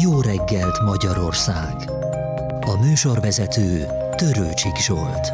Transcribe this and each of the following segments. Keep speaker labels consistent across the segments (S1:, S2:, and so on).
S1: Jó reggelt Magyarország! A műsorvezető Törőcsik Zsolt.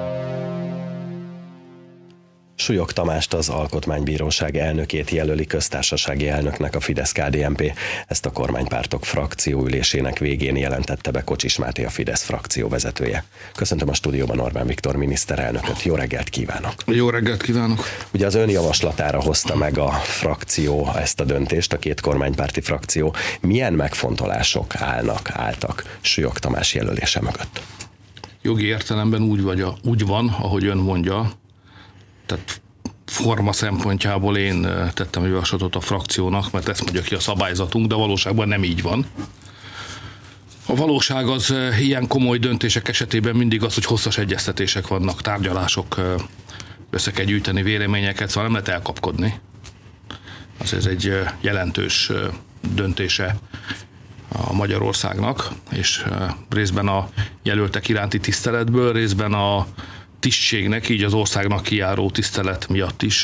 S2: Súlyog Tamást, az Alkotmánybíróság elnökét jelöli köztársasági elnöknek a Fidesz-KDNP. Ezt a kormánypártok frakcióülésének végén jelentette be Kocsis Máté, a Fidesz frakció vezetője. Köszöntöm a stúdióban Orbán Viktor miniszterelnököt. Jó reggelt kívánok!
S3: Jó reggelt kívánok!
S2: Ugye az ön javaslatára hozta meg a frakció ezt a döntést, a két kormánypárti frakció. Milyen megfontolások álltak Súlyog Tamás jelölése mögött?
S3: Jogi értelemben úgy van, ahogy ön mondja. Tehát forma szempontjából én tettem javaslatot a frakciónak, mert ezt mondja ki a szabályzatunk, de valóságban nem így van. A valóság az ilyen komoly döntések esetében mindig az, hogy hosszas egyeztetések vannak, tárgyalások, össze kell gyűjteni véleményeket, szóval nem lehet elkapkodni. Ez egy jelentős döntése a Magyarországnak, és részben a jelöltek iránti tiszteletből, részben a tisztségnek, így az országnak kijáró tisztelet miatt is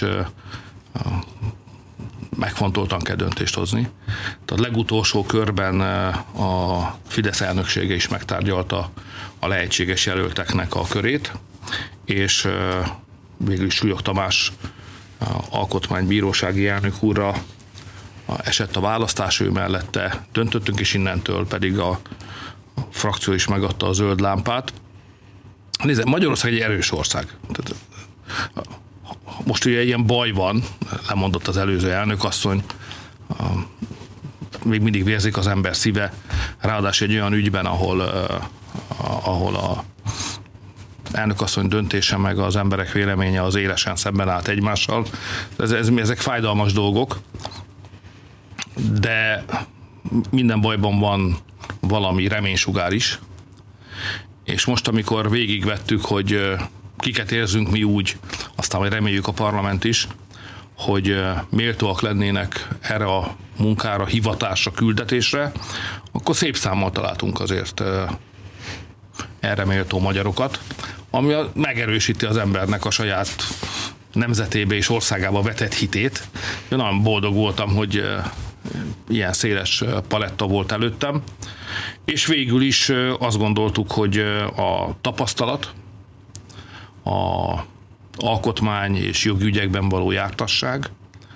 S3: megfontoltan kell döntést hozni. Tehát a legutolsó körben a Fidesz elnöksége is megtárgyalta a lehetséges jelölteknek a körét, és végül is Súlyog Tamás alkotmánybírósági elnök úrra esett a választás, ő mellette döntöttünk, és innentől pedig a frakció is megadta a zöld lámpát. Nézd, Magyarország egy erős ország. Most ugye ilyen baj van, lemondott az előző elnökasszony, még mindig vérzik az ember szíve, ráadásul egy olyan ügyben, ahol a elnökasszony döntése meg az emberek véleménye az élesen szemben állt egymással. Ezek fájdalmas dolgok, de minden bajban van valami reménysugár is. És most, amikor végigvettük, hogy kiket érzünk mi úgy, aztán majd reméljük a parlament is, hogy méltóak lennének erre a munkára, hivatásra, küldetésre, akkor szép számmal találtunk azért erre méltó magyarokat, ami megerősíti az embernek a saját nemzetébe és országába vetett hitét. Én nagyon boldog voltam, hogy ilyen széles paletta volt előttem, és végül is azt gondoltuk, hogy a tapasztalat, a alkotmány és jogügyekben való jártasság,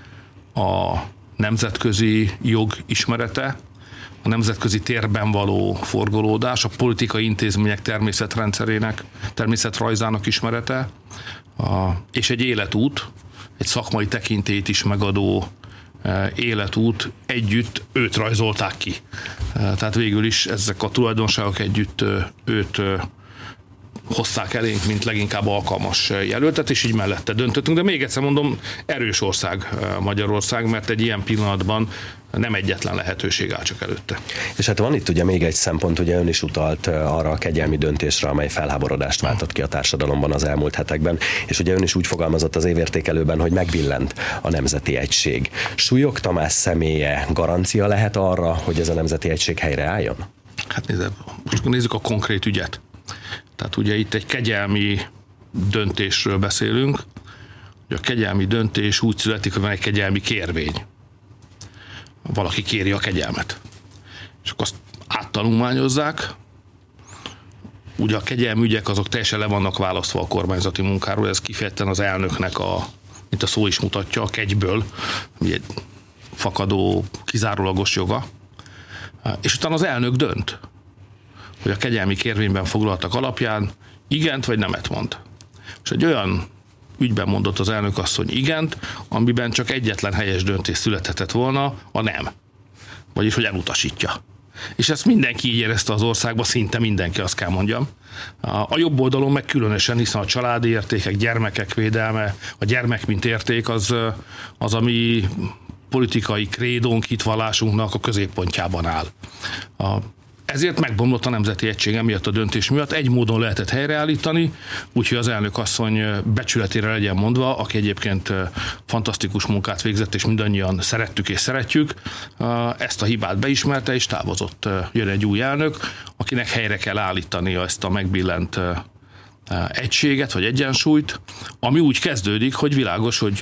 S3: a nemzetközi jog ismerete, a nemzetközi térben való forgolódás, a politikai intézmények természetrendszerének, természetrajzának ismerete, és egy életút, egy szakmai tekintélyt is megadó életút együtt őt rajzolták ki. Tehát végül is ezek a tulajdonságok együtt őt hozták elénk, mint leginkább alkalmas jelöltet, és így mellette döntöttünk. De még egyszer mondom, erős ország Magyarország, mert egy ilyen pillanatban nem egyetlen lehetőség áll csak előtte.
S2: És hát van itt ugye még egy szempont, ugye ön is utalt arra a kegyelmi döntésre, amely felháborodást váltott ki a társadalomban az elmúlt hetekben, és ugye ön is úgy fogalmazott az évértékelőben, hogy megbillent a nemzeti egység. Súlyog Tamás személye garancia lehet arra, hogy ez a nemzeti egység helyreálljon?
S3: Hát most nézzük a konkrét ügyet. Tehát ugye itt egy kegyelmi döntésről beszélünk, hogy a kegyelmi döntés úgy születik, hogy van egy kegyelmi kérvény. Valaki kéri a kegyelmet. És akkor azt áttanulmányozzák. Ugye a kegyelmi ügyek azok teljesen le vannak választva a kormányzati munkáról, ez kifejezetten az elnöknek, mint a szó is mutatja, a kegyből, egy fakadó, kizárólagos joga. És utána az elnök dönt, hogy a kegyelmi kérvényben foglaltak alapján igent vagy nemet mond. És egy olyan ügyben mondott az elnök asszony igent, amiben csak egyetlen helyes döntés születhetett volna, a nem. Vagyis, hogy elutasítja. És ezt mindenki így érezte az országban, szinte mindenki, azt kell mondjam. A jobb oldalon meg különösen, hiszen a családi értékek, gyermekek védelme, a gyermek mint érték az ami politikai krédónk, hitvallásunknak a középpontjában áll. Ezért megbomlott a nemzeti egység emiatt a döntés miatt. Egy módon lehetett helyreállítani, úgyhogy az elnök asszony becsületére legyen mondva, aki egyébként fantasztikus munkát végzett, és mindannyian szerettük és szeretjük, ezt a hibát beismerte, és távozott. Jön egy új elnök, akinek helyre kell állítania ezt a megbillent egységet, vagy egyensúlyt, ami úgy kezdődik, hogy világos, hogy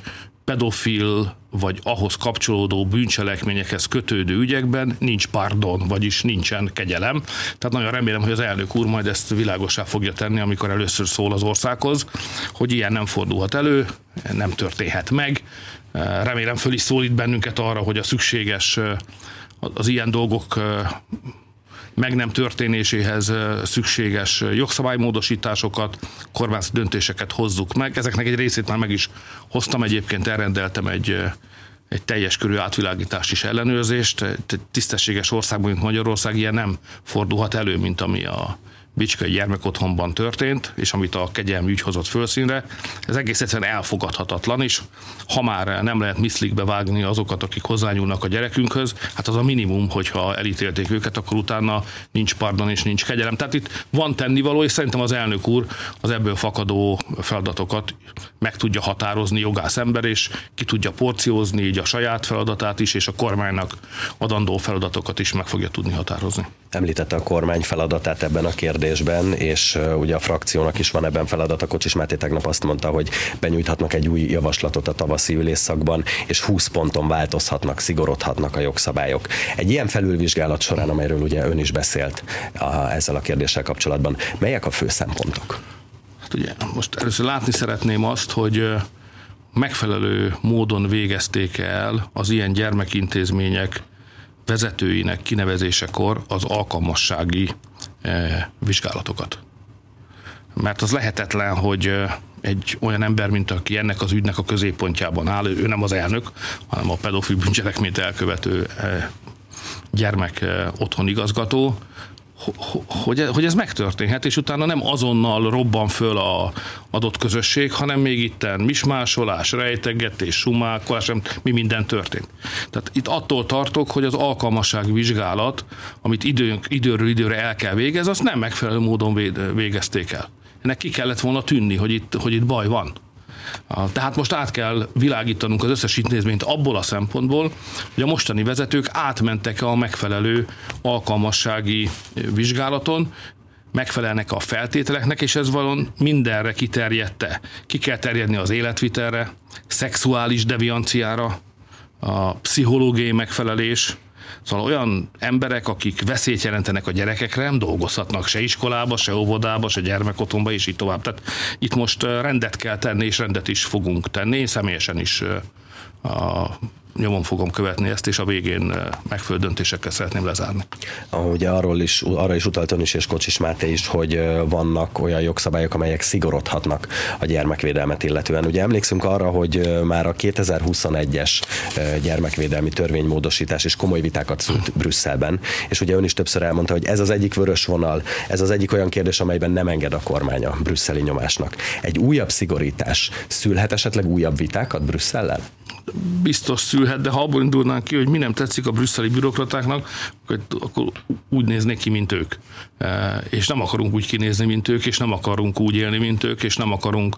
S3: pedofil vagy ahhoz kapcsolódó bűncselekményekhez kötődő ügyekben nincs pardon, vagyis nincsen kegyelem. Tehát nagyon remélem, hogy az elnök úr majd ezt világossá fogja tenni, amikor először szól az országhoz, hogy ilyen nem fordulhat elő, nem történhet meg. Remélem föl is szólít bennünket arra, hogy a szükséges, az ilyen dolgok meg nem történéséhez szükséges jogszabálymódosításokat, kormányzati döntéseket hozzuk meg. Ezeknek egy részét már meg is hoztam, egyébként elrendeltem egy teljes körű átvilágítást és ellenőrzést. Egy tisztességes országban, mint Magyarország, ilyen nem fordulhat elő, mint ami a Bicskai Gyermekotthonban történt, és amit a kegyelmi ügy hozott fölszínre. Ez egész egyszerűen elfogadhatatlan, és ha már nem lehet miszlikbe vágni azokat, akik hozzányúlnak a gyerekünkhöz, hát az a minimum, hogyha elítélték őket, akkor utána nincs pardon és nincs kegyelem. Tehát itt van tennivaló, és szerintem az elnök úr az ebből fakadó feladatokat meg tudja határozni jogász ember, és ki tudja porciózni így a saját feladatát is, és a kormánynak adandó feladatokat is meg fogja tudni határozni.
S2: Említette a kormány feladatát ebben a kérdésben, és ugye a frakciónak is van ebben feladata. Kocsis Máté tegnap azt mondta, hogy benyújthatnak egy új javaslatot a tavaszi ülésszakban, és 20 ponton változhatnak, szigorodhatnak a jogszabályok. Egy ilyen felülvizsgálat során, amelyről ugye ön is beszélt ezzel a kérdéssel kapcsolatban, melyek a fő szempontok?
S3: Hát ugye most először látni szeretném azt, hogy megfelelő módon végezték el az ilyen gyermekintézmények vezetőinek kinevezésekor az alkalmassági vizsgálatokat. Mert az lehetetlen, hogy egy olyan ember, mint aki ennek az ügynek a középpontjában áll, ő nem az elnök, hanem a pedofil bűncselekményt elkövető gyermek otthon igazgató, hogy ez megtörténhet, és utána nem azonnal robban föl az adott közösség, hanem még itten mismásolás, rejtegetés, sumákolás, mi minden történt. Tehát itt attól tartok, hogy az alkalmassági vizsgálat, amit időről időre el kell végezni, azt nem megfelelő módon végezték el. Ennek ki kellett volna tűnni, hogy itt baj van. Tehát most át kell világítanunk az összes intézményt abból a szempontból, hogy a mostani vezetők átmentek a megfelelő alkalmassági vizsgálaton, megfelelnek a feltételeknek, és ez valóban mindenre kiterjedte. Ki kell terjedni az életvitelre, szexuális devianciára, a pszichológiai megfelelés. Szóval olyan emberek, akik veszélyt jelentenek a gyerekekre, nem dolgozhatnak se iskolába, se óvodába, se gyermekotthonba, és így tovább. Tehát itt most rendet kell tenni, és rendet is fogunk tenni. Én személyesen is nyomon fogom követni ezt, és a végén megfelelő döntésekkel szeretném lezárni.
S2: Ugye arra is utalt ön is, és Kocsis Máté is, hogy vannak olyan jogszabályok, amelyek szigorodhatnak a gyermekvédelmet illetően. Ugye emlékszünk arra, hogy már a 2021-es gyermekvédelmi törvénymódosítás is komoly vitákat szült Brüsszelben, és ugye ön is többször elmondta, hogy ez az egyik vörös vonal, ez az egyik olyan kérdés, amelyben nem enged a kormány a brüsszeli nyomásnak. Egy újabb szigorítás szülhet esetleg újabb vitákat Brüsszellel?
S3: Biztos szülhet, de ha abból indulnánk ki, hogy mi nem tetszik a brüsszeli bürokratáknak, akkor úgy néznék ki, mint ők. És nem akarunk úgy kinézni, mint ők, és nem akarunk úgy élni, mint ők, és nem akarunk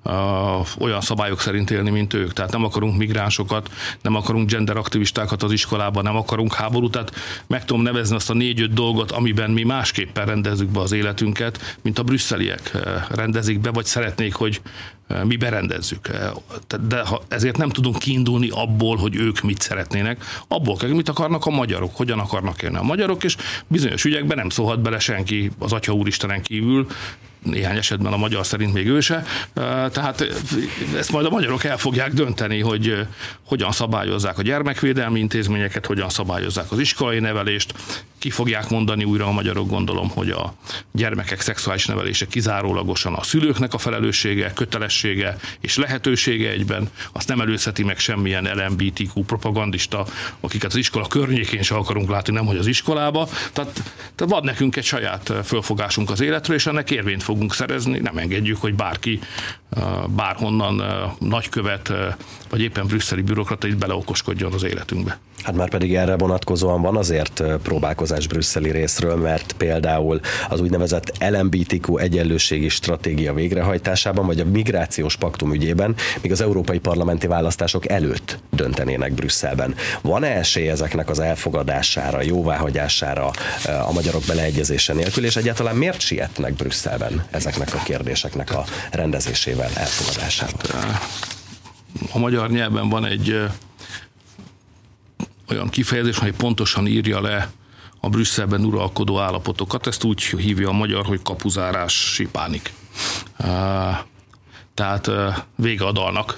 S3: olyan szabályok szerint élni, mint ők. Tehát nem akarunk migránsokat, nem akarunk genderaktivistákat az iskolában, nem akarunk háborút. Tehát meg tudom nevezni azt a 4-5 dolgot, amiben mi másképpen rendezzük be az életünket, mint a brüsszeliek rendezik be, vagy szeretnék, hogy mi berendezzük. De ezért nem tudunk kiindulni abból, hogy ők mit szeretnének. Abból kell, mit akarnak a magyarok, hogyan akarnak élni a magyarok, és bizonyos ügyekben nem szólhat bele senki az Atya Úristenen kívül, néhány esetben a magyar szerint még ő se. Tehát ezt majd a magyarok el fogják dönteni, hogy hogyan szabályozzák a gyermekvédelmi intézményeket, hogyan szabályozzák az iskolai nevelést. Ki fogják mondani újra a magyarok, gondolom, hogy a gyermekek szexuális nevelése kizárólagosan a szülőknek a felelőssége, kötelessége és lehetősége egyben. Azt nem előzheti meg semmilyen LMBTQ propagandista, akiket az iskola környékén se akarunk látni, nemhogy az iskolába. Tehát van nekünk egy saját fölfogásunk az életről, és ennek érvényt fogunk szerezni. Nem engedjük, hogy bárki bárhonnan nagykövet, vagy éppen brüsszeli bürokrata itt beleokoskodjon az életünkbe.
S2: Hát már pedig erre vonatkozóan van azért próbálkozás brüsszeli részről, mert például az úgynevezett LMBTQ egyenlőségi stratégia végrehajtásában, vagy a migrációs paktum ügyében, míg az európai parlamenti választások előtt döntenének Brüsszelben. Van-e esély ezeknek az elfogadására, jóváhagyására a magyarok beleegyezése nélkül, és egyáltalán miért sietnek Brüsszelben ezeknek a kérdéseknek a rendezésével, elfogadásával?
S3: a magyar nyelven van egy olyan kifejezés, hogy pontosan írja le a Brüsszelben uralkodó állapotokat. Ezt úgy hívja a magyar, hogy kapuzárási pánik. Tehát vége a dalnak.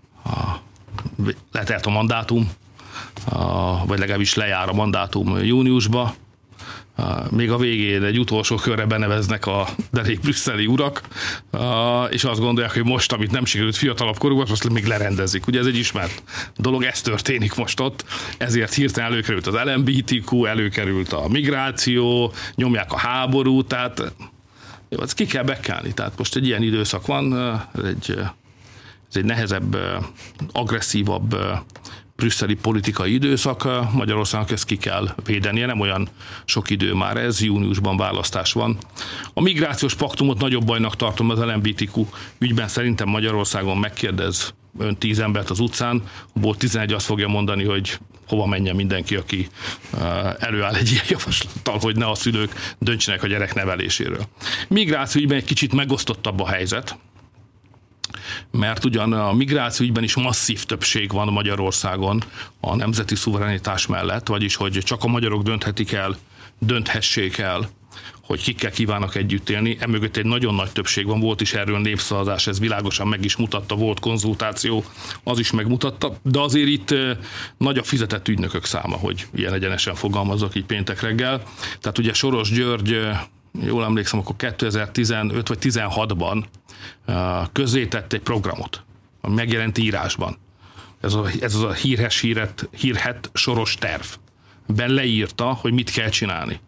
S3: Letelt a mandátum, vagy legalábbis lejár a mandátum júniusba. Még a végén egy utolsó körre beneveznek a derék brüsszeli urak, és azt gondolják, hogy most, amit nem sikerült fiatalabb korukban, most még lerendezik. Ugye ez egy ismert dolog, ez történik most ott, ezért hirtelen előkerült az LMBTQ, előkerült a migráció, nyomják a háborút, tehát jó, ezt ki kell bekelni. Tehát most egy ilyen időszak van, ez egy nehezebb, agresszívabb brüsszeli politikai időszak, Magyarországnak ezt ki kell védenie, nem olyan sok idő már ez, júniusban választás van. A migrációs paktumot nagyobb bajnak tartom az LMBTQ ügyben, szerintem Magyarországon megkérdez ön 10 embert az utcán, abból 11 azt fogja mondani, hogy hova menjen mindenki, aki előáll egy ilyen javaslattal, hogy ne a szülők döntsenek a gyerek neveléséről. Migráció ügyben egy kicsit megosztottabb a helyzet, mert ugyan a migráció ügyben is masszív többség van Magyarországon a nemzeti szuverenitás mellett, vagyis hogy csak a magyarok dönthessék el, hogy kikkel kívánnak együtt élni. Emögött egy nagyon nagy többség van, volt is erről népszavazás, ez világosan meg is mutatta, volt konzultáció, az is megmutatta, de azért itt nagy a fizetett ügynökök száma, hogy ilyen egyenesen fogalmazok így péntek reggel. Tehát ugye Soros György, jól emlékszem, akkor 2015 vagy 16-ban közzétett egy programot, ami megjelent írásban. Ez az a hírhet Soros terv. Ben leírta, hogy mit kell csinálni.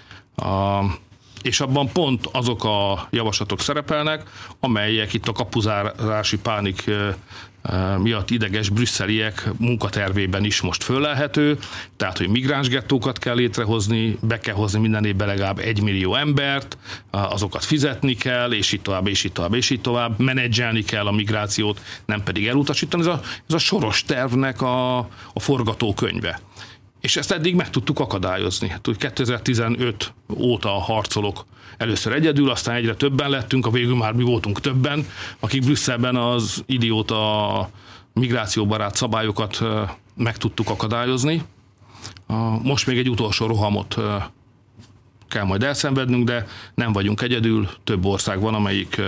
S3: És abban pont azok a javaslatok szerepelnek, amelyek itt a kapuzárási pánik miatt ideges brüsszeliek munkatervében is most föllelhető, tehát, hogy migránsgettókat kell létrehozni, be kell hozni minden évben legalább 1 millió embert, azokat fizetni kell, és így tovább, és így tovább, és így tovább, menedzselni kell a migrációt, nem pedig elutasítani. Ez a Soros tervnek a forgatókönyve. És ezt eddig meg tudtuk akadályozni. Hát, 2015 óta harcolok először egyedül, aztán egyre többen lettünk, a végül már mi voltunk többen, akik Brüsszelben az idióta migrációbarát szabályokat meg tudtuk akadályozni. Most még egy utolsó rohamot kell majd elszenvednünk, de nem vagyunk egyedül, több ország van, amelyik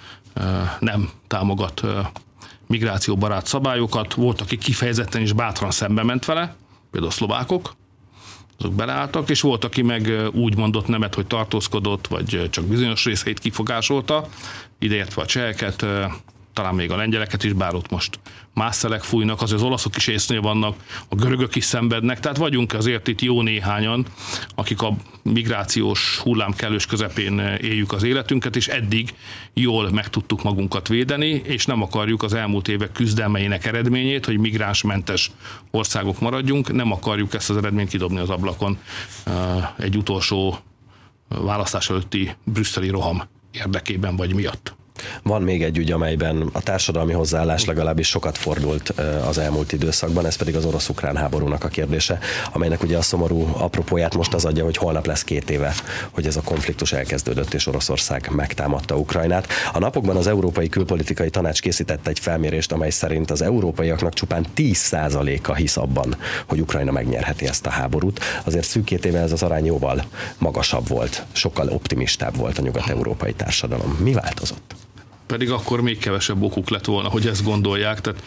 S3: nem támogat migrációbarát szabályokat. Volt, aki kifejezetten és bátran szembe ment vele, például a szlovákok, azok beleálltak, és volt, aki meg úgy mondott nemet, hogy tartózkodott, vagy csak bizonyos részeit kifogásolta, ideértve a cseheket, talán még a lengyeleket is, bár ott most más szelek fújnak, azért az olaszok is észnél vannak, a görögök is szenvednek, tehát vagyunk azért itt jó néhányan, akik a migrációs hullám kellős közepén éljük az életünket, és eddig jól meg tudtuk magunkat védeni, és nem akarjuk az elmúlt évek küzdelmeinek eredményét, hogy migránsmentes országok maradjunk, nem akarjuk ezt az eredményt kidobni az ablakon egy utolsó választás előtti brüsszeli roham érdekében vagy miatt.
S2: Van még egy ügy, amelyben a társadalmi hozzáállás legalábbis sokat fordult az elmúlt időszakban, ez pedig az orosz-ukrán háborúnak a kérdése, amelynek ugye a szomorú apropóját most az adja, hogy holnap lesz 2 éve, hogy ez a konfliktus elkezdődött, és Oroszország megtámadta Ukrajnát. A napokban az Európai Külpolitikai Tanács készített egy felmérést, amely szerint az európaiaknak csupán 10%-a hisz abban, hogy Ukrajna megnyerheti ezt a háborút. Azért szűk 2 éve ez az arány jóval magasabb volt, sokkal optimistább volt a nyugat-európai társadalom. Mi változott?
S3: Pedig akkor még kevesebb okuk lett volna, hogy ezt gondolják. Tehát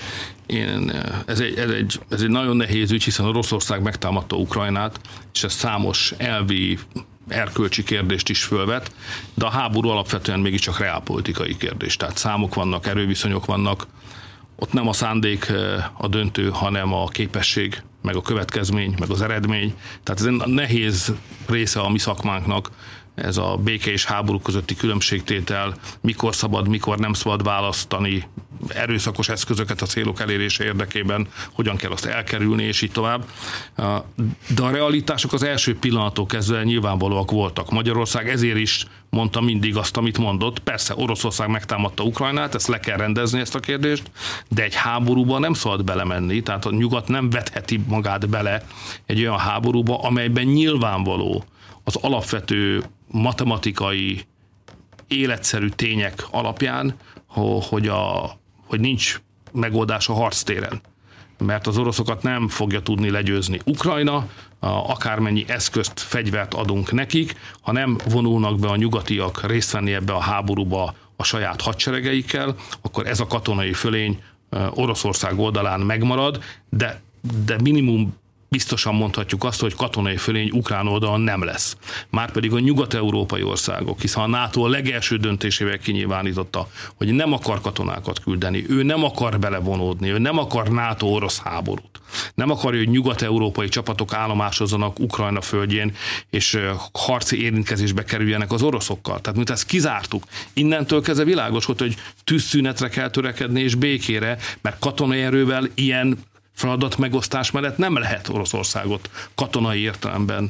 S3: ez egy nagyon nehéz ügy, hiszen Oroszország megtámadta Ukrajnát, és ez számos elvi, erkölcsi kérdést is fölvet, de a háború alapvetően mégiscsak reálpolitikai kérdés. Tehát számok vannak, erőviszonyok vannak, ott nem a szándék a döntő, hanem a képesség, meg a következmény, meg az eredmény. Tehát ez egy nehéz része a mi szakmánknak, ez a béke és háború közötti különbségtétel, mikor szabad, mikor nem szabad választani, erőszakos eszközöket a célok elérése érdekében, hogyan kell azt elkerülni, és így tovább. De a realitások az első pillanattól kezdve nyilvánvalóak voltak. Magyarország ezért is mondta mindig azt, amit mondott. Persze Oroszország megtámadta Ukrajnát, ezt le kell rendezni, ezt a kérdést, de egy háborúba nem szabad belemenni, tehát a nyugat nem vetheti magát bele egy olyan háborúba, amelyben nyilvánvaló az alapvető matematikai, életszerű tények alapján, hogy nincs megoldás a harctéren. Mert az oroszokat nem fogja tudni legyőzni Ukrajna, akármennyi eszközt, fegyvert adunk nekik, ha nem vonulnak be a nyugatiak részt venni ebbe a háborúba a saját hadseregeikkel, akkor ez a katonai fölény Oroszország oldalán megmarad, de minimum biztosan mondhatjuk azt, hogy katonai fölény ukrán oldalon nem lesz. Márpedig a nyugat-európai országok, hiszen a NATO a legelső döntésével kinyilvánította, hogy nem akar katonákat küldeni, ő nem akar belevonódni, ő nem akar NATO-orosz háborút. Nem akarja, hogy nyugat-európai csapatok állomásozzanak Ukrajna földjén, és harci érintkezésbe kerüljenek az oroszokkal. Tehát mint ezt kizártuk. Innentől kezdve világos volt, hogy tűzszünetre kell törekedni és békére, mert katonai erővel ilyen feladatmegosztás mellett nem lehet Oroszországot katonai értelemben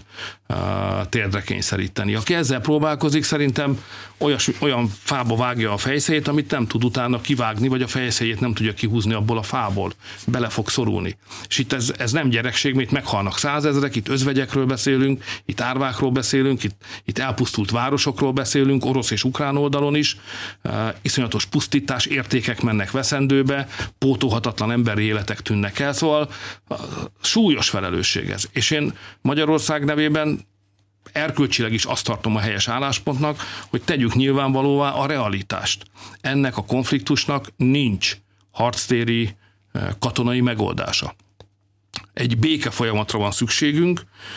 S3: térdre kényszeríteni. Aki ezzel próbálkozik, szerintem olyan fába vágja a fejszéjét, amit nem tud utána kivágni, vagy a fejszéjét nem tudja kihúzni abból a fából. Bele fog szorulni. És itt ez nem gyerekség, itt meghalnak 100 000, itt özvegyekről beszélünk, itt árvákról beszélünk, itt elpusztult városokról beszélünk, orosz és ukrán oldalon is. Iszonyatos pusztítás, értékek mennek veszendőbe, pótolhatatlan emberi életek tűnnek el, szóval súlyos felelősség ez. És én Magyarország nevében erkölcsileg is azt tartom a helyes álláspontnak, hogy tegyük nyilvánvalóvá a realitást. Ennek a konfliktusnak nincs harctéri katonai megoldása. Egy békefolyamatra van szükségünk,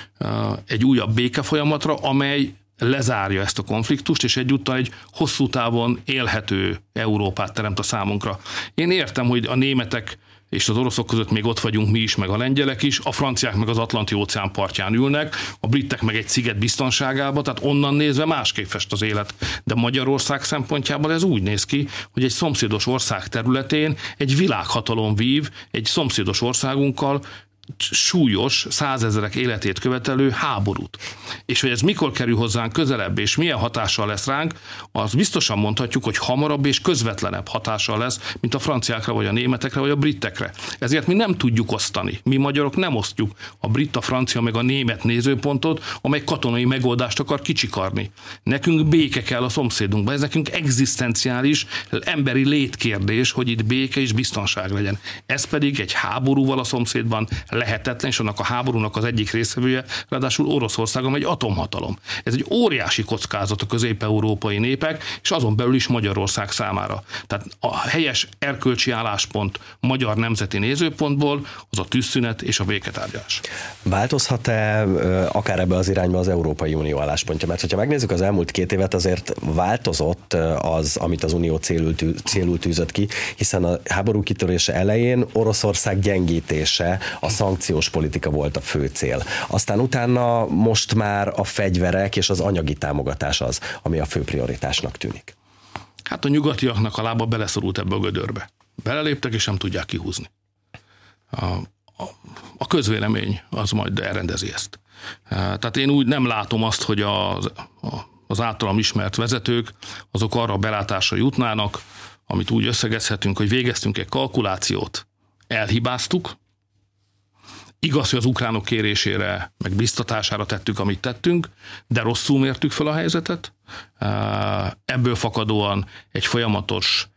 S3: egy újabb békefolyamatra, amely lezárja ezt a konfliktust, és egyúttal egy hosszú távon élhető Európát teremt a számunkra. Én értem, hogy a németek és az oroszok között még ott vagyunk mi is, meg a lengyelek is, a franciák meg az Atlanti-óceán partján ülnek, a britek meg egy sziget biztonságába, tehát onnan nézve másképp fest az élet. De Magyarország szempontjából ez úgy néz ki, hogy egy szomszédos ország területén egy világhatalom vív egy szomszédos országunkkal súlyos, 100 000 életét követelő háborút. És hogy ez mikor kerül hozzánk közelebb, és milyen hatással lesz ránk, az biztosan mondhatjuk, hogy hamarabb és közvetlenebb hatással lesz, mint a franciákra, vagy a németekre, vagy a britekre. Ezért mi nem tudjuk osztani. Mi magyarok nem osztjuk a brit, a francia, meg a német nézőpontot, amely katonai megoldást akar kicsikarni. Nekünk béke kell a szomszédunkban. Ez nekünk egzisztenciális, emberi létkérdés, hogy itt béke és biztonság legyen. Ez pedig egy háborúval a szomszédban lehetetlen, és annak a háborúnak az egyik részvevője, ráadásul Oroszország, amely egy atomhatalom. Ez egy óriási kockázat a közép-európai népek, és azon belül is Magyarország számára. Tehát a helyes erkölcsi álláspont magyar nemzeti nézőpontból az a tűzszünet és a béketárgyalás.
S2: Változhat-e akár ebbe az irányba az Európai Unió álláspontja? Mert hogyha megnézzük az elmúlt 2 évet, azért változott az, amit az Unió célul tűzött ki, hiszen a háború kitörése elején Oroszország gyengítése, a szankciós politika volt a fő cél. Aztán utána most már a fegyverek és az anyagi támogatás az, ami a fő prioritásnak tűnik.
S3: Hát a nyugatiaknak a lába beleszorult ebbe a gödörbe. Beleléptek és nem tudják kihúzni. A közvélemény az majd elrendezi ezt. Tehát én úgy nem látom azt, hogy az általam ismert vezetők azok arra a belátásra jutnának, amit úgy összegezhetünk, hogy végeztünk egy kalkulációt, elhibáztuk. Igaz, hogy az ukránok kérésére, meg biztatására tettük, amit tettünk, de rosszul mértük fel a helyzetet. Ebből fakadóan egy folyamatos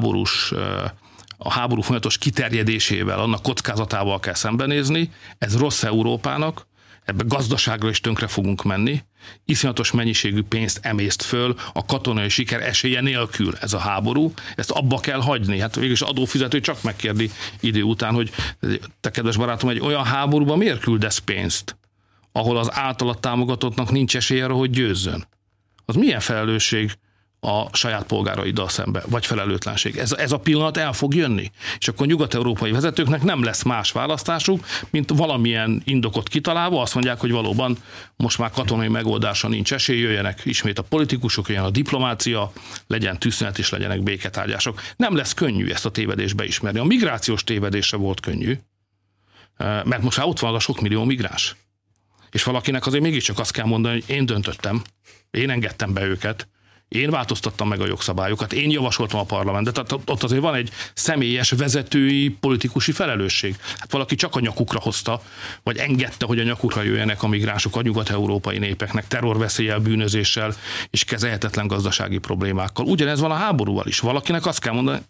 S3: a háború folyamatos kiterjedésével, annak kockázatával kell szembenézni. Ez rossz Európának, ebbe gazdaságra is tönkre fogunk menni. Iszonyatos mennyiségű pénzt emészt föl a katonai siker esélye nélkül ez a háború. Ezt abba kell hagyni. Hát végülis adófizető csak megkérdi idő után, hogy te kedves barátom, egy olyan háborúban miért küldesz pénzt, ahol az általad támogatottnak nincs esélye arra, hogy győzzön? Az milyen felelősség a saját polgáraiddal szembe, vagy felelőtlenség. Ez a pillanat el fog jönni. És akkor nyugat-európai vezetőknek nem lesz más választásuk, mint valamilyen indokot kitalálva, azt mondják, hogy valóban most már katonai megoldásra nincs esély, jöjjenek ismét a politikusok, jöjjön a diplomácia, legyen tűzszünet és legyenek béketárgyások. Nem lesz könnyű ezt a tévedést beismerni. A migrációs tévedésre volt könnyű, mert most már ott van az a sok millió migráns. És valakinek azért mégiscsak azt kell mondani, hogy én döntöttem, én engedtem be őket, én változtattam meg a jogszabályokat, én javasoltam a parlamentet, tehát ott azért van egy személyes vezetői, politikusi felelősség. Hát valaki csak a nyakukra hozta, vagy engedte, hogy a nyakukra jöjjenek a migránsok a nyugat-európai népeknek terrorveszéllyel, bűnözéssel és kezelhetetlen gazdasági problémákkal. Ugyanez van a háborúval is. Valakinek azt kell mondani,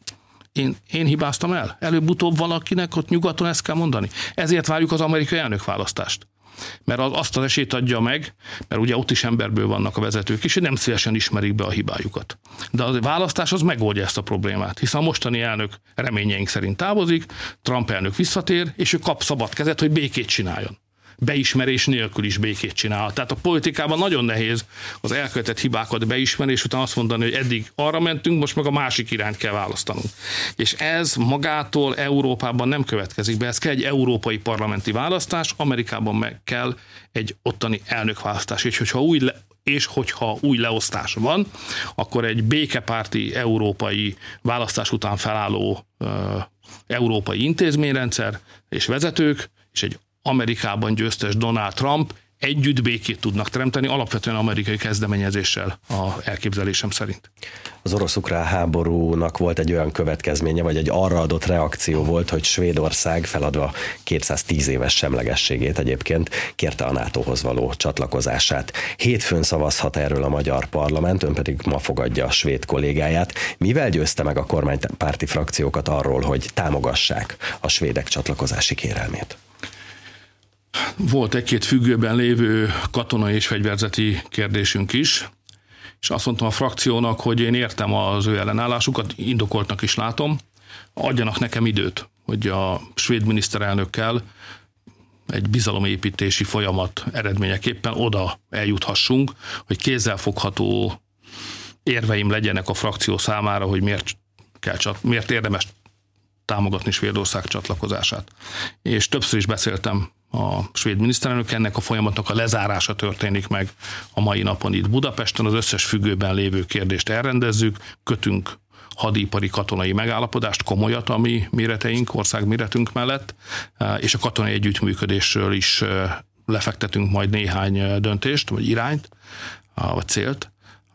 S3: Én hibáztam el? Előbb-utóbb valakinek ott nyugaton ezt kell mondani. Ezért várjuk az amerikai elnökválasztást. Mert azt az esélyt adja meg, mert ugye ott is emberből vannak a vezetők is, és nem szívesen ismerik be a hibájukat. De a választás az megoldja ezt a problémát, hiszen a mostani elnök reményeink szerint távozik, Trump elnök visszatér, és ő kap szabad kezet, hogy békét csináljon. Beismerés nélkül is békét csinál. Tehát a politikában nagyon nehéz az elkövetett hibákat beismerni, és utána azt mondani, hogy eddig arra mentünk, most meg a másik irányt kell választanunk. És ez magától Európában nem következik be. Ez kell egy európai parlamenti választás, Amerikában meg kell egy ottani elnökválasztás. És hogyha új leosztás van, akkor egy békepárti európai választás után felálló európai intézményrendszer és vezetők, és egy Amerikában győztes Donald Trump együtt békét tudnak teremteni, alapvetően amerikai kezdeményezéssel a elképzelésem szerint.
S2: Az orosz-ukrán háborúnak volt egy olyan következménye, vagy egy arra adott reakció volt, hogy Svédország feladva 210 éves semlegességét egyébként kérte a NATO-hoz való csatlakozását. Hétfőn szavazhat erről a magyar parlament, ön pedig ma fogadja a svéd kollégáját. Mivel győzte meg a kormánypárti frakciókat arról, hogy támogassák a svédek csatlakozási kérelmét?
S3: Volt egy-két függőben lévő katonai és fegyverzeti kérdésünk is, és azt mondtam a frakciónak, hogy én értem az ő ellenállásukat, indokoltnak is látom, adjanak nekem időt, hogy a svéd miniszterelnökkel egy bizalomépítési folyamat eredményeképpen oda eljuthassunk, hogy kézzelfogható érveim legyenek a frakció számára, hogy miért érdemes támogatni Svédország csatlakozását. És többször is beszéltem a svéd miniszterelnök, ennek a folyamatnak a lezárása történik meg a mai napon itt Budapesten, az összes függőben lévő kérdést elrendezzük, kötünk hadipari katonai megállapodást, komolyat a mi méreteink, országméretünk mellett, és a katonai együttműködésről is lefektetünk majd néhány döntést, vagy irányt, vagy célt.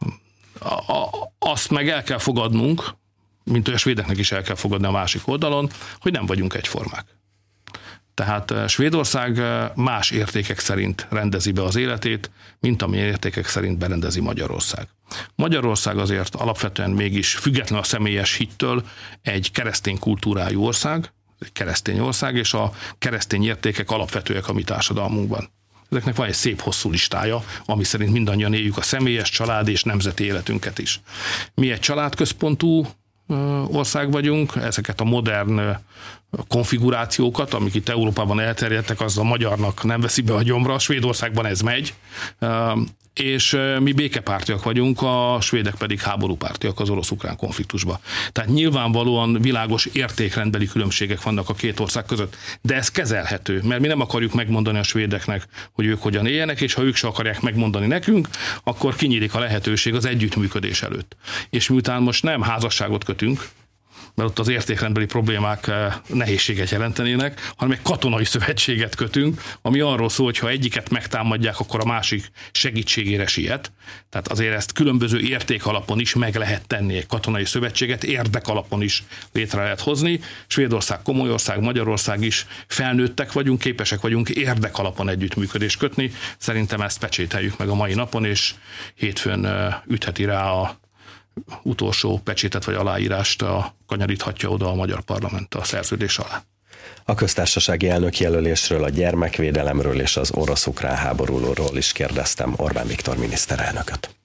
S3: Azt meg el kell fogadnunk, mint hogy a svédeknek is el kell fogadni a másik oldalon, hogy nem vagyunk egyformák. Tehát Svédország más értékek szerint rendezi be az életét, mint amilyen értékek szerint berendezi Magyarország. Magyarország azért alapvetően mégis független a személyes hittől egy keresztény kultúrájú ország, egy keresztény ország, és a keresztény értékek alapvetőek a mi társadalmunkban. Ezeknek van egy szép hosszú listája, ami szerint mindannyian éljük a személyes, családi és nemzeti életünket is. Mi egy családközpontú ország vagyunk, ezeket a modern konfigurációkat, amik itt Európában elterjedtek, az a magyarnak nem veszi be a gyomra, Svédországban ez megy, és mi békepártiak vagyunk, a svédek pedig háborúpártiak az orosz-ukrán konfliktusban. Tehát nyilvánvalóan világos értékrendbeli különbségek vannak a két ország között, de ez kezelhető, mert mi nem akarjuk megmondani a svédeknek, hogy ők hogyan éljenek, és ha ők se akarják megmondani nekünk, akkor kinyílik a lehetőség az együttműködés előtt. És miután most nem házasságot kötünk, mert ott az értékrendbeli problémák nehézséget jelentenének, hanem egy katonai szövetséget kötünk, ami arról szól, hogy ha egyiket megtámadják, akkor a másik segítségére siet. Tehát azért ezt különböző érték alapon is meg lehet tenni egy katonai szövetséget, érdek alapon is létre lehet hozni. Svédország komoly ország, Magyarország is felnőttek vagyunk, képesek vagyunk érdek alapon együttműködést kötni. Szerintem ezt pecsételjük meg a mai napon, és hétfőn ütheti rá a utolsó pecsétet vagy aláírást kanyaríthatja oda a magyar parlament a szerződés alá.
S2: A köztársasági elnök jelölésről, a gyermekvédelemről és az orosz-ukrán háborúról is kérdeztem Orbán Viktor miniszterelnököt.